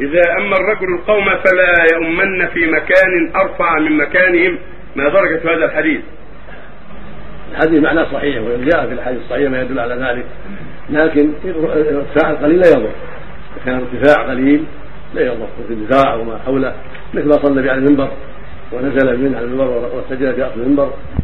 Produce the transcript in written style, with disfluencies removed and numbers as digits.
إذا أما الرجل القوم فلا يؤمن في مكان أرفع من مكانهم. ما درجة هذا الحديث؟ الحديث معناه صحيح، وجاء في الحديث الصحيح ما يدل على ذلك، لكن الارتفاع القليل لا يضر. كان ارتفاع قليل لا يضر في الدفاع وما حوله، مثل ما صلى على المنبر ونزل منه على المنبر وسجد في أصل المنبر